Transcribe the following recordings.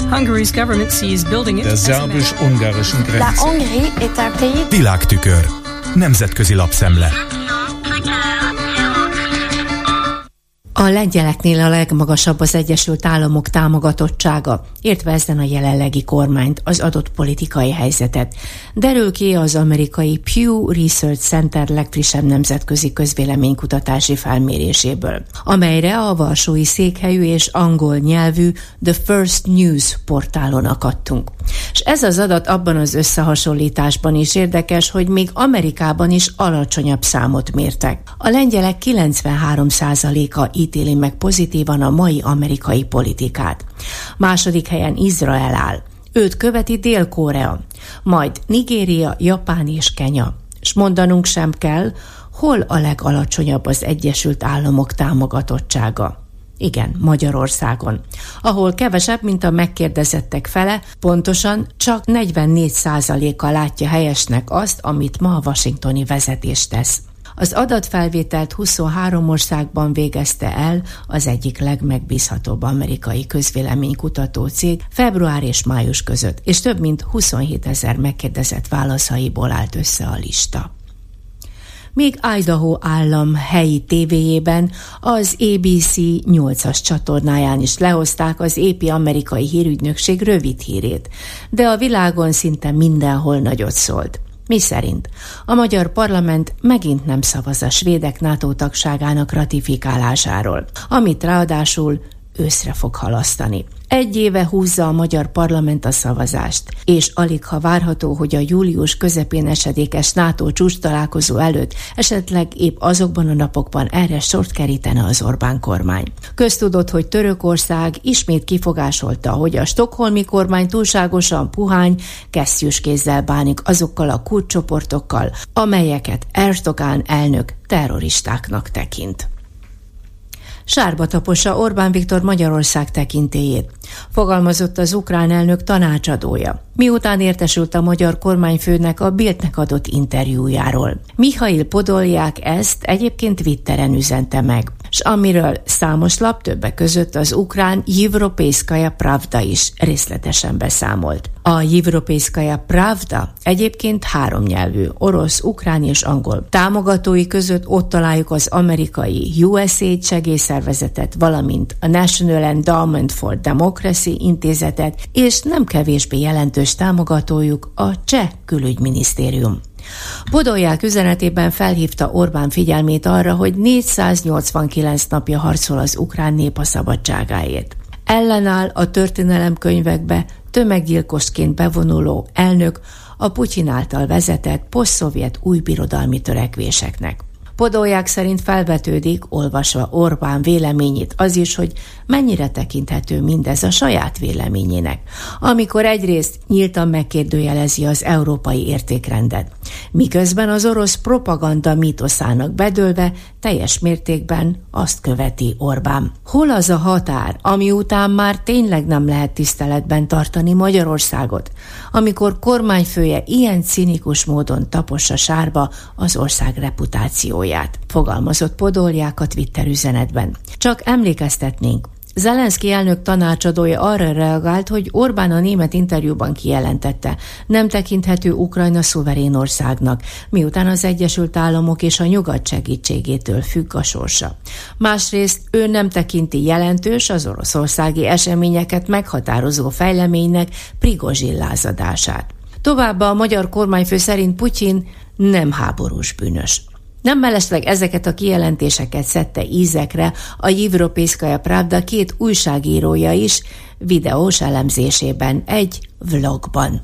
Hungary's government sees building it. Der szerbus-ungarischen Grenze. La Hongrie est un pays. Világtükör. Nemzetközi lapszemle. A lengyeleknél a legmagasabb az Egyesült Államok támogatottsága, értve ezen a jelenlegi kormányt, az adott politikai helyzetet. Derül ki az amerikai Pew Research Center legfrissebb nemzetközi közvéleménykutatási felméréséből, amelyre a varsói székhelyű és angol nyelvű The First News portálon akadtunk. És ez az adat abban az összehasonlításban is érdekes, hogy még Amerikában is alacsonyabb számot mértek. A lengyelek 93%-a ítéli meg pozitívan a mai amerikai politikát. Második helyen Izrael áll. Őt követi Dél-Korea, majd Nigéria, Japán és Kenya. És mondanunk sem kell, hol a legalacsonyabb az Egyesült Államok támogatottsága. Igen, Magyarországon, ahol kevesebb, mint a megkérdezettek fele, pontosan csak 44%-a látja helyesnek azt, amit ma a washingtoni vezetés tesz. Az adatfelvételt 23 országban végezte el az egyik legmegbízhatóbb amerikai közvéleménykutató cég február és május között, és több mint 27 000 megkérdezett válaszaiból állt össze a lista. Még Idaho állam helyi tévéjében, az ABC 8-as csatornáján is lehozták az AP amerikai hírügynökség rövid hírét, de a világon szinte mindenhol nagyot szólt. Miszerint a magyar parlament megint nem szavaz a svédek NATO tagságának ratifikálásáról, amit ráadásul őszre fog halasztani. 1 éve húzza a magyar parlament a szavazást, és aligha várható, hogy a július közepén esedékes NATO csúcstalálkozó előtt esetleg épp azokban a napokban erre sort kerítene az Orbán kormány. Köztudott, hogy Törökország ismét kifogásolta, hogy a stockholmi kormány túlságosan puhány, kesztyűs kézzel bánik azokkal a kulcscsoportokkal, amelyeket Erdogan elnök terroristáknak tekint. Sárba tapossa Orbán Viktor Magyarország tekintélyét, fogalmazott az ukrán elnök tanácsadója, miután értesült a magyar kormányfőnek a Bildnek adott interjújáról. Mihail Podolják ezt egyébként Twitteren üzente meg, s amiről számos lap, többek között az ukrán Yevropejskaja Pravda is részletesen beszámolt. A Yevropejskaja Pravda egyébként 3 nyelvű, orosz, ukrán és angol. Támogatói között ott találjuk az amerikai USAID segélyszervezetet, valamint a National Endowment for Democracy intézetet, és nem kevésbé jelentős támogatójuk a cseh külügyminisztérium. Podolják üzenetében felhívta Orbán figyelmét arra, hogy 489 napja harcol az ukrán nép a szabadságáért. Ellenáll a történelemkönyvekbe tömeggyilkosként bevonuló elnök a Putyin által vezetett posztszovjet újbirodalmi törekvéseknek. Podolják szerint felvetődik, olvasva Orbán véleményét, az is, hogy mennyire tekinthető mindez a saját véleményének, amikor egyrészt nyíltan megkérdőjelezi az európai értékrendet, miközben az orosz propaganda mítoszának bedőlve teljes mértékben azt követi Orbán. Hol az a határ, ami után már tényleg nem lehet tiszteletben tartani Magyarországot, amikor kormányfője ilyen cinikus módon tapossa sárba az ország reputációját, fogalmazott Podolják a Twitter üzenetben. Csak emlékeztetnénk, Zelenszky elnök tanácsadója arra reagált, hogy Orbán a német interjúban kijelentette, nem tekinthető Ukrajna szuverén országnak, miután az Egyesült Államok és a nyugat segítségétől függ a sorsa. Másrészt ő nem tekinti jelentős az oroszországi eseményeket meghatározó fejleménynek Prigozsin lázadását. Továbbá a magyar kormányfő szerint Putyin nem háborús bűnös. Nem mellesleg ezeket a kijelentéseket szedte ízekre a Yevropejskaja Pravda 2 újságírója is videós elemzésében egy vlogban.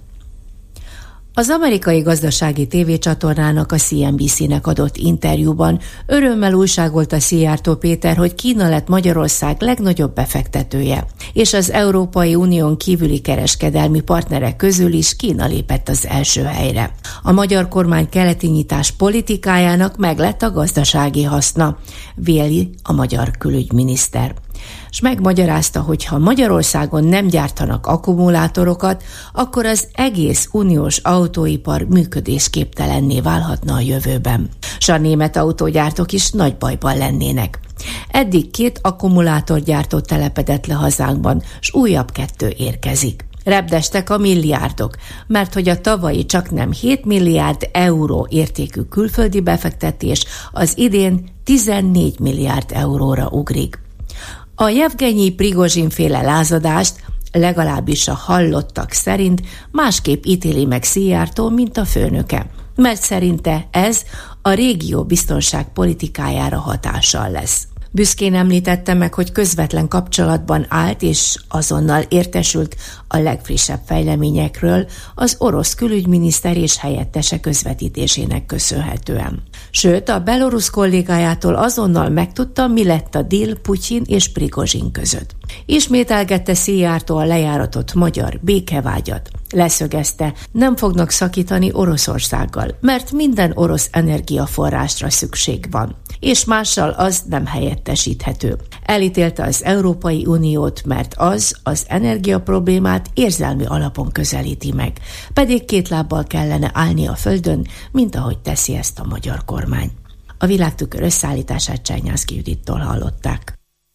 Az amerikai gazdasági tévécsatornának, a CNBC-nek adott interjúban örömmel újságolta Szijjártó Péter, hogy Kína lett Magyarország legnagyobb befektetője, és az Európai Unión kívüli kereskedelmi partnerek közül is Kína lépett az első helyre. A magyar kormány keleti nyitás politikájának meglett a gazdasági haszna, véli a magyar külügyminiszter. és megmagyarázta, hogy ha Magyarországon nem gyártanak akkumulátorokat, akkor az egész uniós autóipar működésképtelenné válhatna a jövőben. S a német autógyártók is nagy bajban lennének. Eddig 2 akkumulátorgyártó telepedett le hazánkban, s újabb 2 érkezik. Repdestek a milliárdok, mert hogy a tavalyi csaknem 7 milliárd euró értékű külföldi befektetés az idén 14 milliárd euróra ugrik. A Jevgenyi Prigozsin-féle lázadást legalábbis a hallottak szerint másképp ítéli meg Szijjártó, mint a főnöke, mert szerinte ez a régió biztonságpolitikájára hatással lesz. Büszkén említette meg, hogy közvetlen kapcsolatban állt és azonnal értesült a legfrissebb fejleményekről az orosz külügyminiszter és helyettese közvetítésének köszönhetően. Sőt, a belorusz kollégájától azonnal megtudta, mi lett a deal Putyin és Prigozsin között. Ismételgette Szijjártó a lejáratott magyar békevágyat. Leszögezte, nem fognak szakítani Oroszországgal, mert minden orosz energiaforrásra szükség van, és mással az nem helyettesíthető. Elítélte az Európai Uniót, mert az energiaproblémát érzelmi alapon közelíti meg, pedig 2 lábbal kellene állni a földön, mint ahogy teszi ezt a magyar kormány. A Világtükör összeállítását Csányászki Judittól hallották.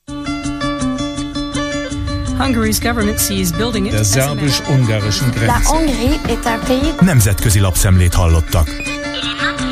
Hungary's government sees building it Der szerbus-ungarischen Grenze. Nemzetközi lapszemlét hallottak.